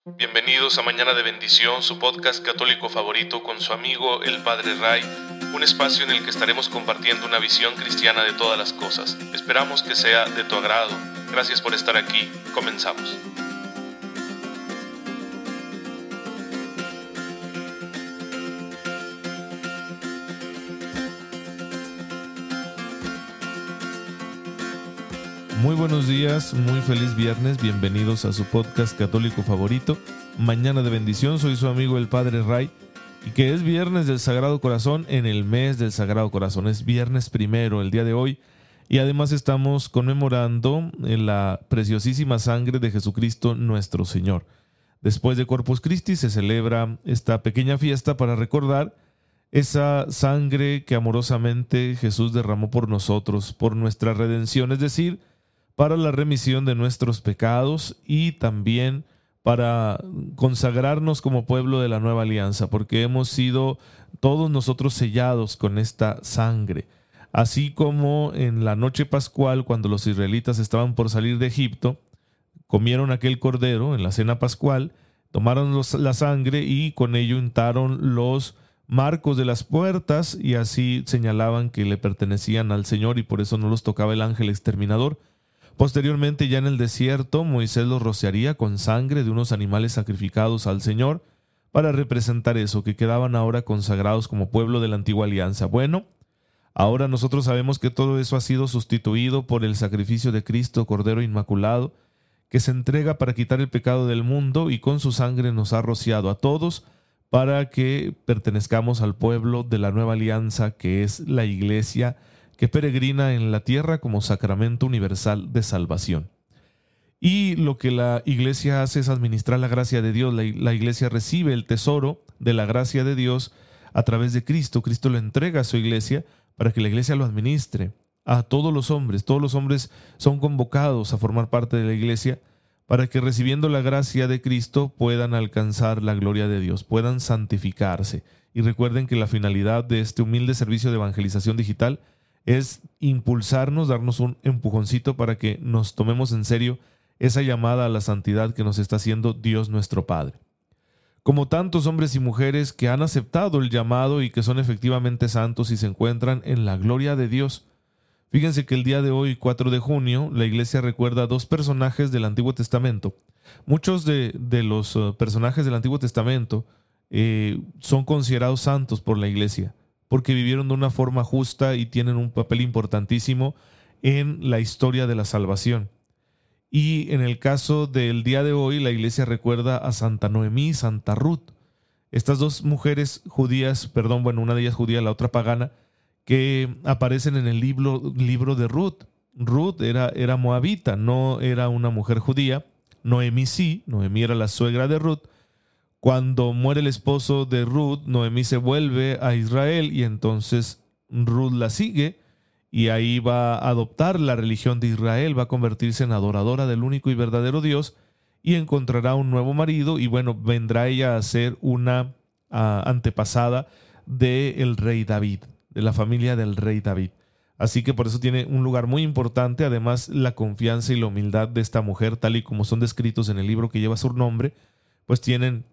Bienvenidos a Mañana de Bendición, su podcast católico favorito con su amigo el Padre Ray, un espacio en el que estaremos compartiendo una visión cristiana de todas las cosas. Esperamos que sea de tu agrado. Gracias por estar aquí. Comenzamos. Muy buenos días, muy feliz viernes, bienvenidos a su podcast católico favorito, Mañana de Bendición. Soy su amigo el Padre Ray, y que es viernes del Sagrado Corazón en el mes del Sagrado Corazón. Es viernes primero, el día de hoy, y además estamos conmemorando la preciosísima sangre de Jesucristo nuestro Señor. Después de Corpus Christi se celebra esta pequeña fiesta para recordar esa sangre que amorosamente Jesús derramó por nosotros, por nuestra redención, es decir, para la remisión de nuestros pecados y también para consagrarnos como pueblo de la nueva alianza, porque hemos sido todos nosotros sellados con esta sangre. Así como en la noche pascual, cuando los israelitas estaban por salir de Egipto, comieron aquel cordero en la cena pascual, tomaron la sangre y con ello untaron los marcos de las puertas y así señalaban que le pertenecían al Señor, y por eso no los tocaba el ángel exterminador. Posteriormente, ya en el desierto, Moisés los rociaría con sangre de unos animales sacrificados al Señor para representar eso, que quedaban ahora consagrados como pueblo de la antigua alianza. Bueno, ahora nosotros sabemos que todo eso ha sido sustituido por el sacrificio de Cristo, Cordero Inmaculado, que se entrega para quitar el pecado del mundo y con su sangre nos ha rociado a todos para que pertenezcamos al pueblo de la nueva alianza, que es la Iglesia, que peregrina en la tierra como sacramento universal de salvación. Y lo que la Iglesia hace es administrar la gracia de Dios. La Iglesia recibe el tesoro de la gracia de Dios a través de Cristo. Cristo lo entrega a su Iglesia para que la Iglesia lo administre a todos los hombres. Todos los hombres son convocados a formar parte de la Iglesia para que, recibiendo la gracia de Cristo, puedan alcanzar la gloria de Dios, puedan santificarse. Y recuerden que la finalidad de este humilde servicio de evangelización digital es impulsarnos, darnos un empujoncito para que nos tomemos en serio esa llamada a la santidad que nos está haciendo Dios nuestro Padre. Como tantos hombres y mujeres que han aceptado el llamado y que son efectivamente santos y se encuentran en la gloria de Dios. Fíjense que el día de hoy, 4 de junio, la Iglesia recuerda a dos personajes del Antiguo Testamento. Muchos de los personajes del Antiguo Testamento son considerados santos por la Iglesia, porque vivieron de una forma justa y tienen un papel importantísimo en la historia de la salvación. Y en el caso del día de hoy, la Iglesia recuerda a Santa Noemí y Santa Ruth. Estas dos mujeres judías, una de ellas judía, la otra pagana, que aparecen en el libro de Ruth. Ruth era moabita, no era una mujer judía. Noemí sí, Noemí era la suegra de Ruth. Cuando muere el esposo de Ruth, Noemí se vuelve a Israel y entonces Ruth la sigue y ahí va a adoptar la religión de Israel, va a convertirse en adoradora del único y verdadero Dios y encontrará un nuevo marido y vendrá ella a ser una antepasada del rey David, de la familia del rey David. Así que por eso tiene un lugar muy importante. Además, la confianza y la humildad de esta mujer, tal y como son descritos en el libro que lleva su nombre, pues tienen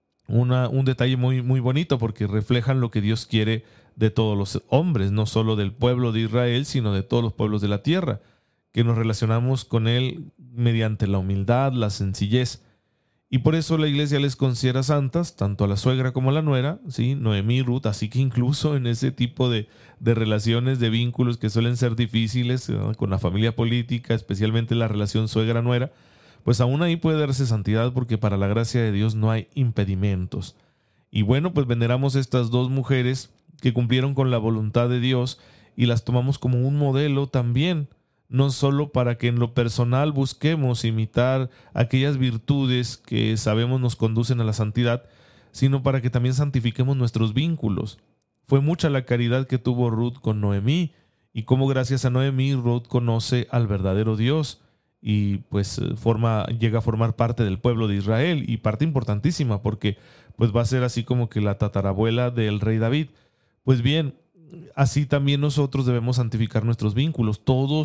un detalle muy, muy bonito, porque reflejan lo que Dios quiere de todos los hombres, no solo del pueblo de Israel, sino de todos los pueblos de la tierra, que nos relacionamos con Él mediante la humildad, la sencillez. Y por eso la Iglesia les considera santas, tanto a la suegra como a la nuera, ¿sí? Noemí y Ruth. Así que incluso en ese tipo de relaciones, de vínculos que suelen ser difíciles, ¿no?, con la familia política, especialmente la relación suegra-nuera, pues aún ahí puede darse santidad, porque para la gracia de Dios no hay impedimentos. Y pues veneramos estas dos mujeres que cumplieron con la voluntad de Dios y las tomamos como un modelo también, no solo para que en lo personal busquemos imitar aquellas virtudes que sabemos nos conducen a la santidad, sino para que también santifiquemos nuestros vínculos. Fue mucha la caridad que tuvo Ruth con Noemí, y cómo gracias a Noemí Ruth conoce al verdadero Dios y pues llega a formar parte del pueblo de Israel, y parte importantísima, porque pues va a ser así como que la tatarabuela del rey David. Pues bien, así también nosotros debemos santificar nuestros vínculos. Todos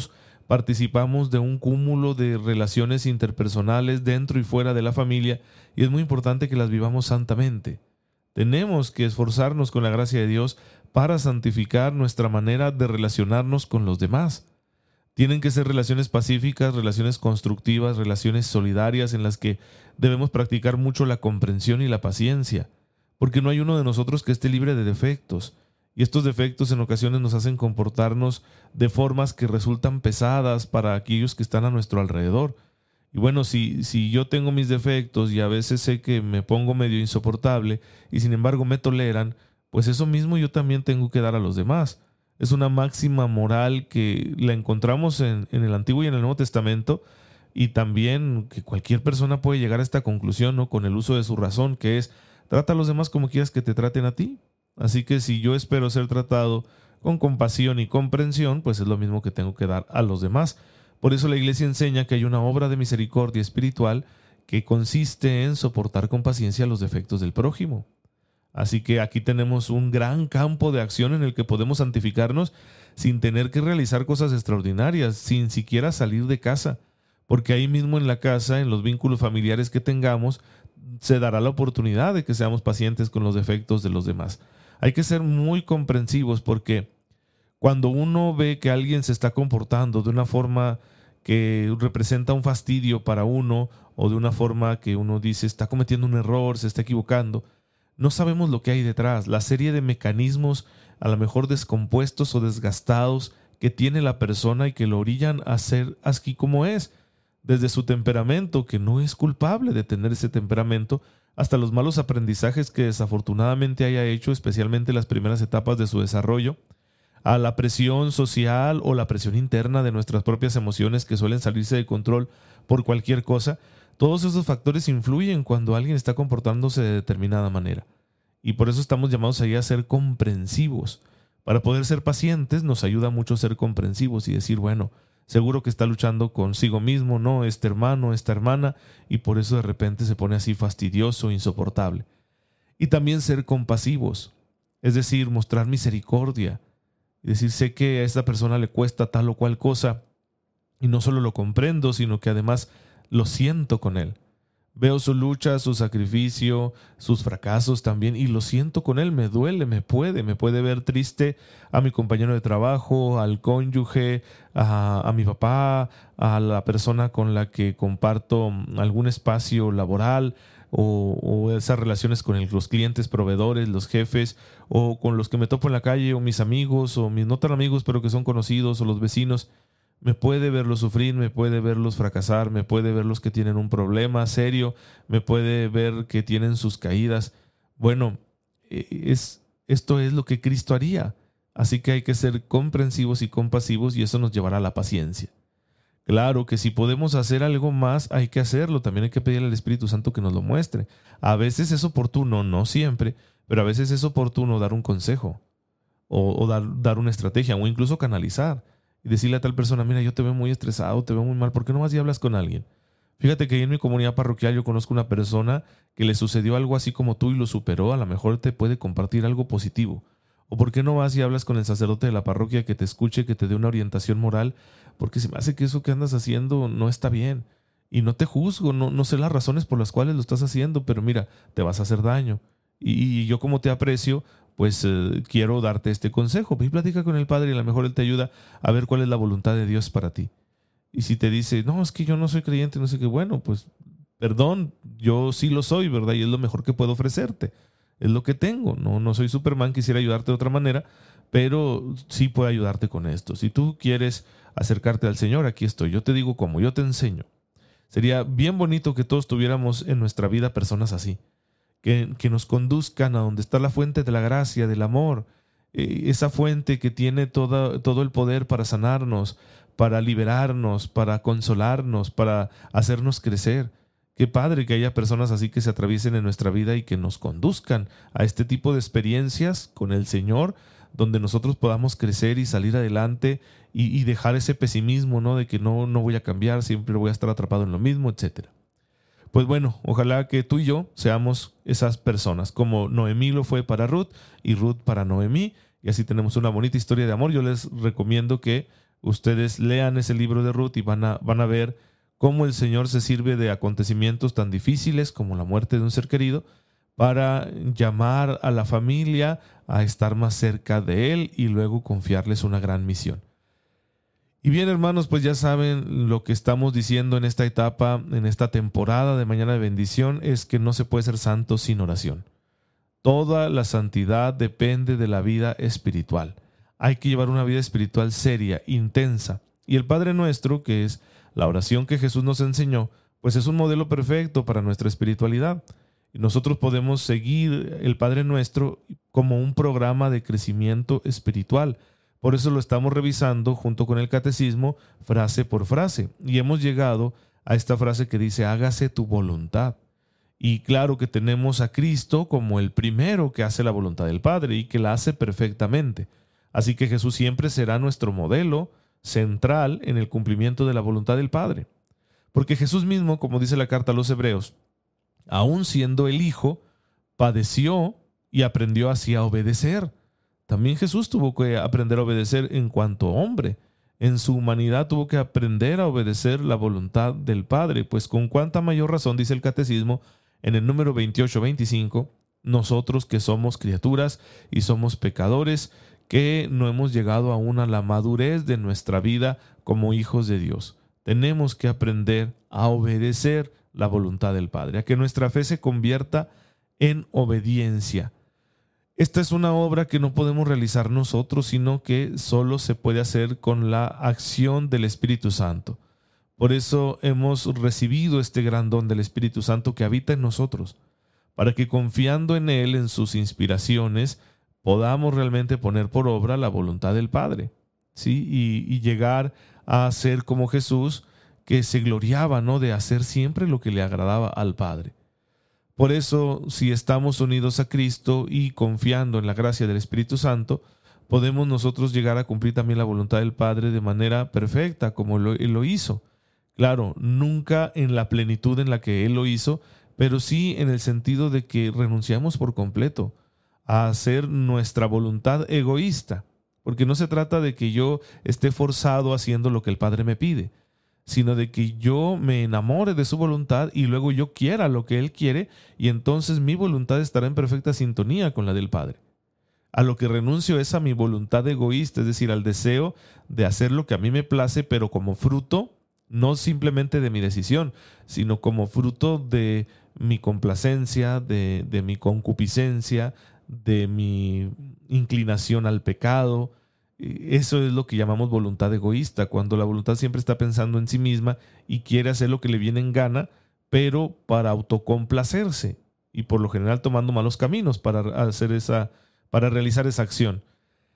participamos de un cúmulo de relaciones interpersonales dentro y fuera de la familia y es muy importante que las vivamos santamente. Tenemos que esforzarnos con la gracia de Dios para santificar nuestra manera de relacionarnos con los demás. Tienen que ser relaciones pacíficas, relaciones constructivas, relaciones solidarias en las que debemos practicar mucho la comprensión y la paciencia, porque no hay uno de nosotros que esté libre de defectos, y estos defectos en ocasiones nos hacen comportarnos de formas que resultan pesadas para aquellos que están a nuestro alrededor. Y bueno, si yo tengo mis defectos y a veces sé que me pongo medio insoportable y sin embargo me toleran, pues eso mismo yo también tengo que dar a los demás. Es una máxima moral que la encontramos en el Antiguo y en el Nuevo Testamento, y también que cualquier persona puede llegar a esta conclusión, ¿no?, con el uso de su razón, que es: trata a los demás como quieras que te traten a ti. Así que si yo espero ser tratado con compasión y comprensión, pues es lo mismo que tengo que dar a los demás. Por eso la Iglesia enseña que hay una obra de misericordia espiritual que consiste en soportar con paciencia los defectos del prójimo. Así que aquí tenemos un gran campo de acción en el que podemos santificarnos sin tener que realizar cosas extraordinarias, sin siquiera salir de casa, porque ahí mismo en la casa, en los vínculos familiares que tengamos, se dará la oportunidad de que seamos pacientes con los defectos de los demás. Hay que ser muy comprensivos, porque cuando uno ve que alguien se está comportando de una forma que representa un fastidio para uno, o de una forma que uno dice está cometiendo un error, se está equivocando, no sabemos lo que hay detrás, la serie de mecanismos a lo mejor descompuestos o desgastados que tiene la persona y que lo orillan a ser así como es, desde su temperamento, que no es culpable de tener ese temperamento, hasta los malos aprendizajes que desafortunadamente haya hecho, especialmente en las primeras etapas de su desarrollo, a la presión social o la presión interna de nuestras propias emociones que suelen salirse de control por cualquier cosa. Todos esos factores influyen cuando alguien está comportándose de determinada manera. Y por eso estamos llamados ahí a ser comprensivos. Para poder ser pacientes nos ayuda mucho ser comprensivos y decir, bueno, seguro que está luchando consigo mismo, ¿no?, este hermano, esta hermana, y por eso de repente se pone así fastidioso, insoportable. Y también ser compasivos, es decir, mostrar misericordia. Y decir, sé que a esta persona le cuesta tal o cual cosa, y no solo lo comprendo, sino que además lo siento con él. Veo su lucha, su sacrificio, sus fracasos también, y lo siento con él, me duele, me puede ver triste a mi compañero de trabajo, al cónyuge, a mi papá, a la persona con la que comparto algún espacio laboral, o esas relaciones con los clientes, proveedores, los jefes, o con los que me topo en la calle, o mis amigos, o mis no tan amigos, pero que son conocidos, o los vecinos. Me puede verlos sufrir, me puede verlos fracasar, me puede verlos que tienen un problema serio, me puede ver que tienen sus caídas. Bueno, esto es lo que Cristo haría. Así que hay que ser comprensivos y compasivos, y eso nos llevará a la paciencia. Claro que si podemos hacer algo más, hay que hacerlo. También hay que pedirle al Espíritu Santo que nos lo muestre. A veces es oportuno, no siempre, pero a veces es oportuno dar un consejo, o dar una estrategia, o incluso canalizar. Y decirle a tal persona, mira, yo te veo muy estresado, te veo muy mal, ¿por qué no vas y hablas con alguien? Fíjate que ahí en mi comunidad parroquial yo conozco una persona que le sucedió algo así como tú y lo superó. A lo mejor te puede compartir algo positivo. ¿O por qué no vas y hablas con el sacerdote de la parroquia que te escuche, que te dé una orientación moral? Porque se me hace que eso que andas haciendo no está bien. Y no te juzgo, no sé las razones por las cuales lo estás haciendo, pero mira, te vas a hacer daño. Y yo, como te aprecio, pues quiero darte este consejo. Ve y platica con el Padre, y a lo mejor Él te ayuda a ver cuál es la voluntad de Dios para ti. Y si te dice, no, es que yo no soy creyente, no sé qué, bueno, pues perdón, yo sí lo soy, ¿verdad? Y es lo mejor que puedo ofrecerte. Es lo que tengo. No soy Superman, quisiera ayudarte de otra manera, pero sí puedo ayudarte con esto. Si tú quieres acercarte al Señor, aquí estoy. Yo te digo cómo, yo te enseño. Sería bien bonito que todos tuviéramos en nuestra vida personas así, que nos conduzcan a donde está la fuente de la gracia, del amor, esa fuente que tiene todo el poder para sanarnos, para liberarnos, para consolarnos, para hacernos crecer. Qué padre que haya personas así que se atraviesen en nuestra vida y que nos conduzcan a este tipo de experiencias con el Señor, donde nosotros podamos crecer y salir adelante, y dejar ese pesimismo, ¿no?, de que no voy a cambiar, siempre voy a estar atrapado en lo mismo, etcétera. Pues bueno, ojalá que tú y yo seamos esas personas, como Noemí lo fue para Ruth y Ruth para Noemí, y así tenemos una bonita historia de amor. Yo les recomiendo que Ustedes lean ese libro de Ruth y van a ver cómo el Señor se sirve de acontecimientos tan difíciles como la muerte de un ser querido para llamar a la familia a estar más cerca de Él y luego confiarles una gran misión. Y bien, hermanos, pues ya saben lo que estamos diciendo en esta etapa, en esta temporada de Mañana de Bendición, es que no se puede ser santo sin oración. Toda la santidad depende de la vida espiritual. Hay que llevar una vida espiritual seria, intensa. Y el Padre Nuestro, que es la oración que Jesús nos enseñó, pues es un modelo perfecto para nuestra espiritualidad. Y nosotros podemos seguir el Padre Nuestro como un programa de crecimiento espiritual. Por eso lo estamos revisando junto con el catecismo, frase por frase. Y hemos llegado a esta frase que dice, hágase tu voluntad. Y claro que tenemos a Cristo como el primero que hace la voluntad del Padre y que la hace perfectamente. Así que Jesús siempre será nuestro modelo central en el cumplimiento de la voluntad del Padre. Porque Jesús mismo, como dice la carta a los Hebreos, aun siendo el Hijo, padeció y aprendió así a obedecer. También Jesús tuvo que aprender a obedecer en cuanto hombre. En su humanidad tuvo que aprender a obedecer la voluntad del Padre, pues con cuánta mayor razón, dice el Catecismo, en el número 28-25, nosotros que somos criaturas y somos pecadores, que no hemos llegado aún a la madurez de nuestra vida como hijos de Dios. Tenemos que aprender a obedecer la voluntad del Padre, a que nuestra fe se convierta en obediencia. Esta es una obra que no podemos realizar nosotros, sino que solo se puede hacer con la acción del Espíritu Santo. Por eso hemos recibido este gran don del Espíritu Santo que habita en nosotros, para que confiando en Él, en sus inspiraciones, podamos realmente poner por obra la voluntad del Padre, ¿sí? Y llegar a ser como Jesús, que se gloriaba, ¿no?, de hacer siempre lo que le agradaba al Padre. Por eso, si estamos unidos a Cristo y confiando en la gracia del Espíritu Santo, podemos nosotros llegar a cumplir también la voluntad del Padre de manera perfecta, como Él lo hizo. Claro, nunca en la plenitud en la que Él lo hizo, pero sí en el sentido de que renunciamos por completo a hacer nuestra voluntad egoísta, porque no se trata de que yo esté forzado haciendo lo que el Padre me pide, sino de que yo me enamore de su voluntad y luego yo quiera lo que Él quiere, y entonces mi voluntad estará en perfecta sintonía con la del Padre. A lo que renuncio es a mi voluntad egoísta, es decir, al deseo de hacer lo que a mí me place, pero como fruto, no simplemente de mi decisión, sino como fruto de mi complacencia, de mi concupiscencia, de mi inclinación al pecado. Eso es lo que llamamos voluntad egoísta, cuando la voluntad siempre está pensando en sí misma y quiere hacer lo que le viene en gana, pero para autocomplacerse y por lo general tomando malos caminos para realizar esa acción.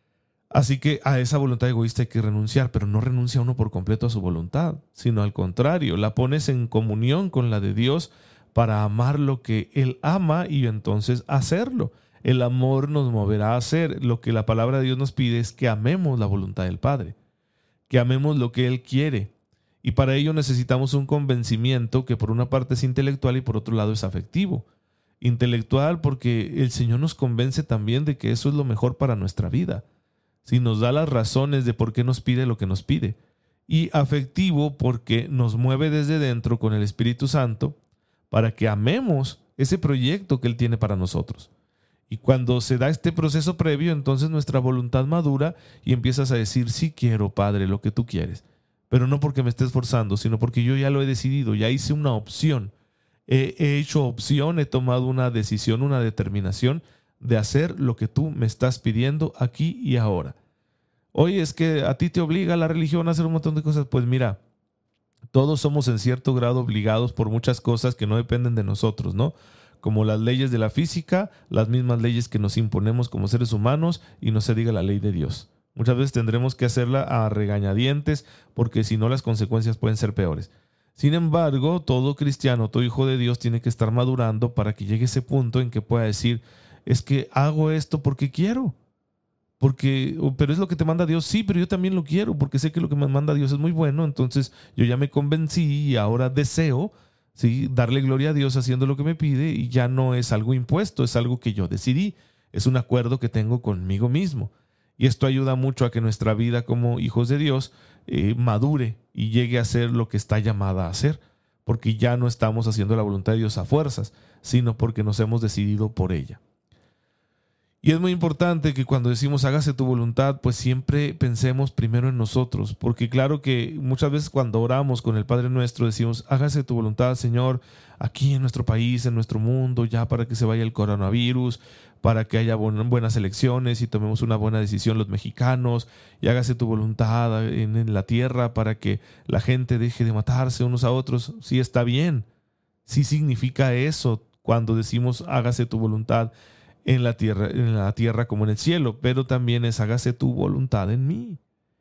Así que a esa voluntad egoísta hay que renunciar, pero no renuncia uno por completo a su voluntad, sino al contrario, la pones en comunión con la de Dios para amar lo que Él ama y entonces hacerlo. El amor nos moverá a hacer. Lo que la palabra de Dios nos pide es que amemos la voluntad del Padre, que amemos lo que Él quiere. Y para ello necesitamos un convencimiento que por una parte es intelectual y por otro lado es afectivo. Intelectual porque el Señor nos convence también de que eso es lo mejor para nuestra vida. Si nos da las razones de por qué nos pide lo que nos pide. Y afectivo porque nos mueve desde dentro con el Espíritu Santo para que amemos ese proyecto que Él tiene para nosotros. Y cuando se da este proceso previo, entonces nuestra voluntad madura y empiezas a decir, sí quiero, Padre, lo que tú quieres. Pero no porque me estés forzando, sino porque yo ya lo he decidido, ya hice una opción. He hecho opción, he tomado una decisión, una determinación de hacer lo que tú me estás pidiendo aquí y ahora. Oye, es que a ti te obliga la religión a hacer un montón de cosas. Pues mira, todos somos en cierto grado obligados por muchas cosas que no dependen de nosotros, ¿no? Como las leyes de la física, las mismas leyes que nos imponemos como seres humanos y no se diga la ley de Dios. Muchas veces tendremos que hacerla a regañadientes porque si no las consecuencias pueden ser peores. Sin embargo, todo cristiano, todo hijo de Dios tiene que estar madurando para que llegue ese punto en que pueda decir, es que hago esto porque quiero. Pero es lo que te manda Dios, sí, pero yo también lo quiero porque sé que lo que me manda Dios es muy bueno, entonces yo ya me convencí y ahora deseo, ¿sí?, darle gloria a Dios haciendo lo que me pide y ya no es algo impuesto, es algo que yo decidí, es un acuerdo que tengo conmigo mismo. Y esto ayuda mucho a que nuestra vida como hijos de Dios madure y llegue a ser lo que está llamada a ser, porque ya no estamos haciendo la voluntad de Dios a fuerzas, sino porque nos hemos decidido por ella. Y es muy importante que cuando decimos hágase tu voluntad, pues siempre pensemos primero en nosotros, porque claro que muchas veces cuando oramos con el Padre Nuestro decimos hágase tu voluntad, Señor, aquí en nuestro país, en nuestro mundo, ya para que se vaya el coronavirus, para que haya buenas elecciones y tomemos una buena decisión los mexicanos, y hágase tu voluntad en la tierra para que la gente deje de matarse unos a otros. Sí, está bien, sí significa eso cuando decimos hágase tu voluntad en la tierra como en el cielo, pero también es hágase tu voluntad en mí.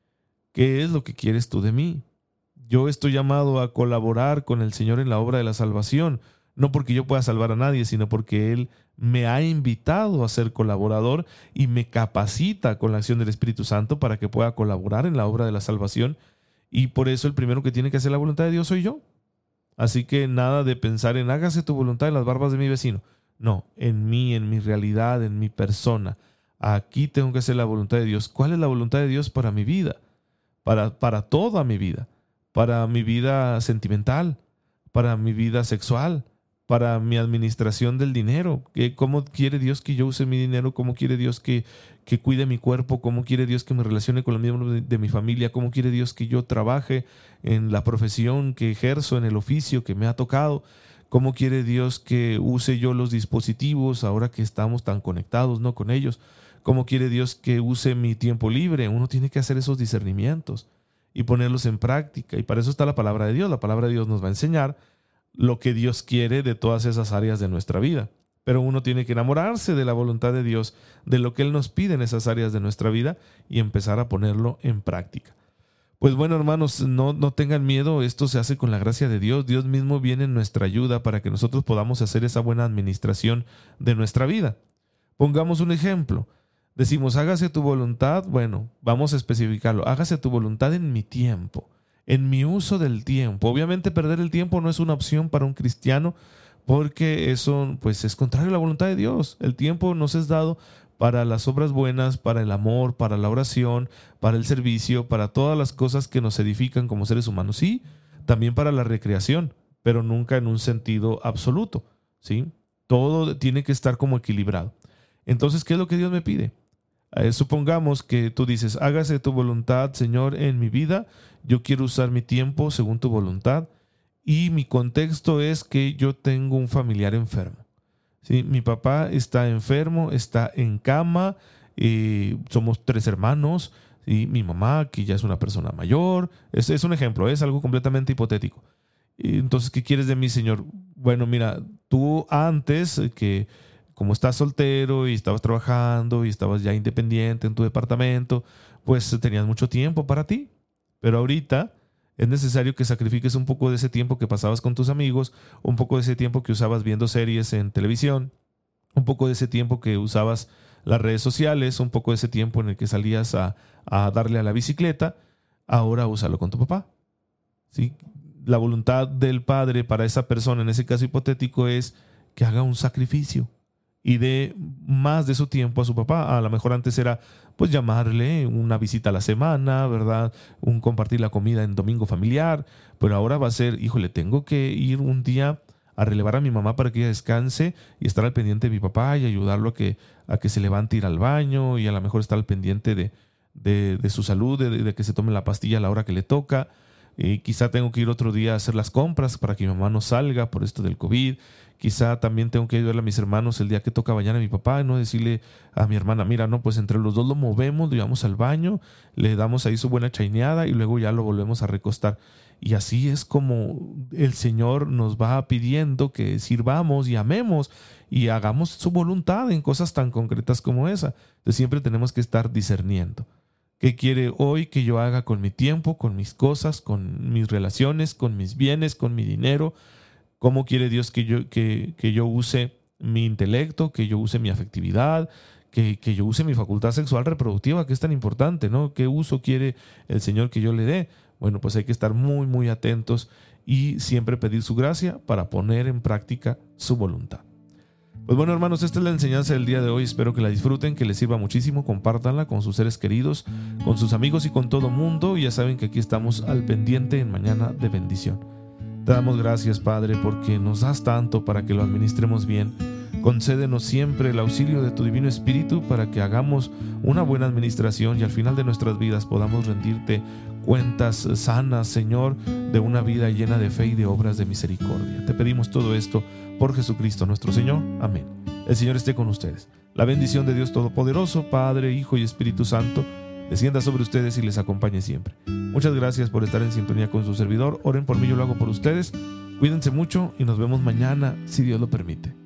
¿Qué es lo que quieres tú de mí? Yo estoy llamado a colaborar con el Señor en la obra de la salvación, no porque yo pueda salvar a nadie, sino porque Él me ha invitado a ser colaborador y me capacita con la acción del Espíritu Santo para que pueda colaborar en la obra de la salvación, y por eso el primero que tiene que hacer la voluntad de Dios soy yo. Así que nada de pensar en hágase tu voluntad en las barbas de mi vecino. No, en mí, en mi realidad, en mi persona. Aquí tengo que hacer la voluntad de Dios. ¿Cuál es la voluntad de Dios para mi vida? Para toda mi vida. Para mi vida sentimental, para mi vida sexual, para mi administración del dinero. ¿Cómo quiere Dios que yo use mi dinero? ¿Cómo quiere Dios que cuide mi cuerpo? ¿Cómo quiere Dios que me relacione con los miembros de mi familia? ¿Cómo quiere Dios que yo trabaje en la profesión que ejerzo, en el oficio que me ha tocado? ¿Cómo quiere Dios que use yo los dispositivos ahora que estamos tan conectados, ¿no?, con ellos? ¿Cómo quiere Dios que use mi tiempo libre? Uno tiene que hacer esos discernimientos y ponerlos en práctica. Y para eso está la palabra de Dios. La palabra de Dios nos va a enseñar lo que Dios quiere de todas esas áreas de nuestra vida. Pero uno tiene que enamorarse de la voluntad de Dios, de lo que Él nos pide en esas áreas de nuestra vida y empezar a ponerlo en práctica. Pues bueno, hermanos, no tengan miedo, esto se hace con la gracia de Dios. Dios mismo viene en nuestra ayuda para que nosotros podamos hacer esa buena administración de nuestra vida. Pongamos un ejemplo. Decimos, hágase tu voluntad. Bueno, vamos a especificarlo. Hágase tu voluntad en mi tiempo, en mi uso del tiempo. Obviamente perder el tiempo no es una opción para un cristiano, porque eso pues es contrario a la voluntad de Dios. El tiempo nos es dado para las obras buenas, para el amor, para la oración, para el servicio, para todas las cosas que nos edifican como seres humanos. Sí, también para la recreación, pero nunca en un sentido absoluto, ¿sí? Todo tiene que estar como equilibrado. Entonces, ¿qué es lo que Dios me pide? Supongamos que tú dices, hágase tu voluntad, Señor, en mi vida. Yo quiero usar mi tiempo según tu voluntad. Y mi contexto es que yo tengo un familiar enfermo. ¿Sí? Mi papá está enfermo, está en cama, somos 3 hermanos, y mi mamá, que ya es una persona mayor. Es un ejemplo, es algo completamente hipotético. Entonces, ¿qué quieres de mí, Señor? Bueno, mira, tú antes, que como estás soltero y estabas trabajando y estabas ya independiente en tu departamento, pues tenías mucho tiempo para ti. Pero ahorita es necesario que sacrifiques un poco de ese tiempo que pasabas con tus amigos, un poco de ese tiempo que usabas viendo series en televisión, un poco de ese tiempo que usabas las redes sociales, un poco de ese tiempo en el que salías a darle a la bicicleta. Ahora úsalo con tu papá. ¿Sí? La voluntad del Padre para esa persona, en ese caso hipotético, es que haga un sacrificio y dé más de su tiempo a su papá. A lo mejor antes era pues llamarle, una visita a la semana, ¿verdad? Un compartir la comida en domingo familiar, pero ahora va a ser, híjole, tengo que ir un día a relevar a mi mamá para que ella descanse y estar al pendiente de mi papá y ayudarlo a que se levante, ir al baño, y a lo mejor estar al pendiente de su salud, de que se tome la pastilla a la hora que le toca. Quizá tengo que ir otro día a hacer las compras para que mi mamá no salga por esto del COVID. Quizá también tengo que ayudarle a mis hermanos el día que toca bañar a mi papá, no decirle a mi hermana, mira, no, pues entre los dos lo movemos, lo llevamos al baño, le damos ahí su buena chaineada y luego ya lo volvemos a recostar. Y así es como el Señor nos va pidiendo que sirvamos y amemos y hagamos su voluntad en cosas tan concretas como esa. Entonces siempre tenemos que estar discerniendo. ¿Qué quiere hoy que yo haga con mi tiempo, con mis cosas, con mis relaciones, con mis bienes, con mi dinero? ¿Cómo quiere Dios que yo use mi intelecto, que yo use mi afectividad, que yo use mi facultad sexual reproductiva, que es tan importante, ¿no? ¿Qué uso quiere el Señor que yo le dé? Bueno, pues hay que estar muy, muy atentos y siempre pedir su gracia para poner en práctica su voluntad. Pues bueno, hermanos, esta es la enseñanza del día de hoy. Espero que la disfruten, que les sirva muchísimo. Compártanla con sus seres queridos, con sus amigos y con todo mundo. Y ya saben que aquí estamos al pendiente en Mañana de Bendición. Te damos gracias, Padre, porque nos das tanto para que lo administremos bien. Concédenos siempre el auxilio de tu Divino Espíritu para que hagamos una buena administración y al final de nuestras vidas podamos rendirte cuentas sanas, Señor, de una vida llena de fe y de obras de misericordia. Te pedimos todo esto por Jesucristo nuestro Señor. Amén. El Señor esté con ustedes. La bendición de Dios Todopoderoso, Padre, Hijo y Espíritu Santo, descienda sobre ustedes y les acompañe siempre. Muchas gracias por estar en sintonía con su servidor. Oren por mí, yo lo hago por ustedes. Cuídense mucho y nos vemos mañana, si Dios lo permite.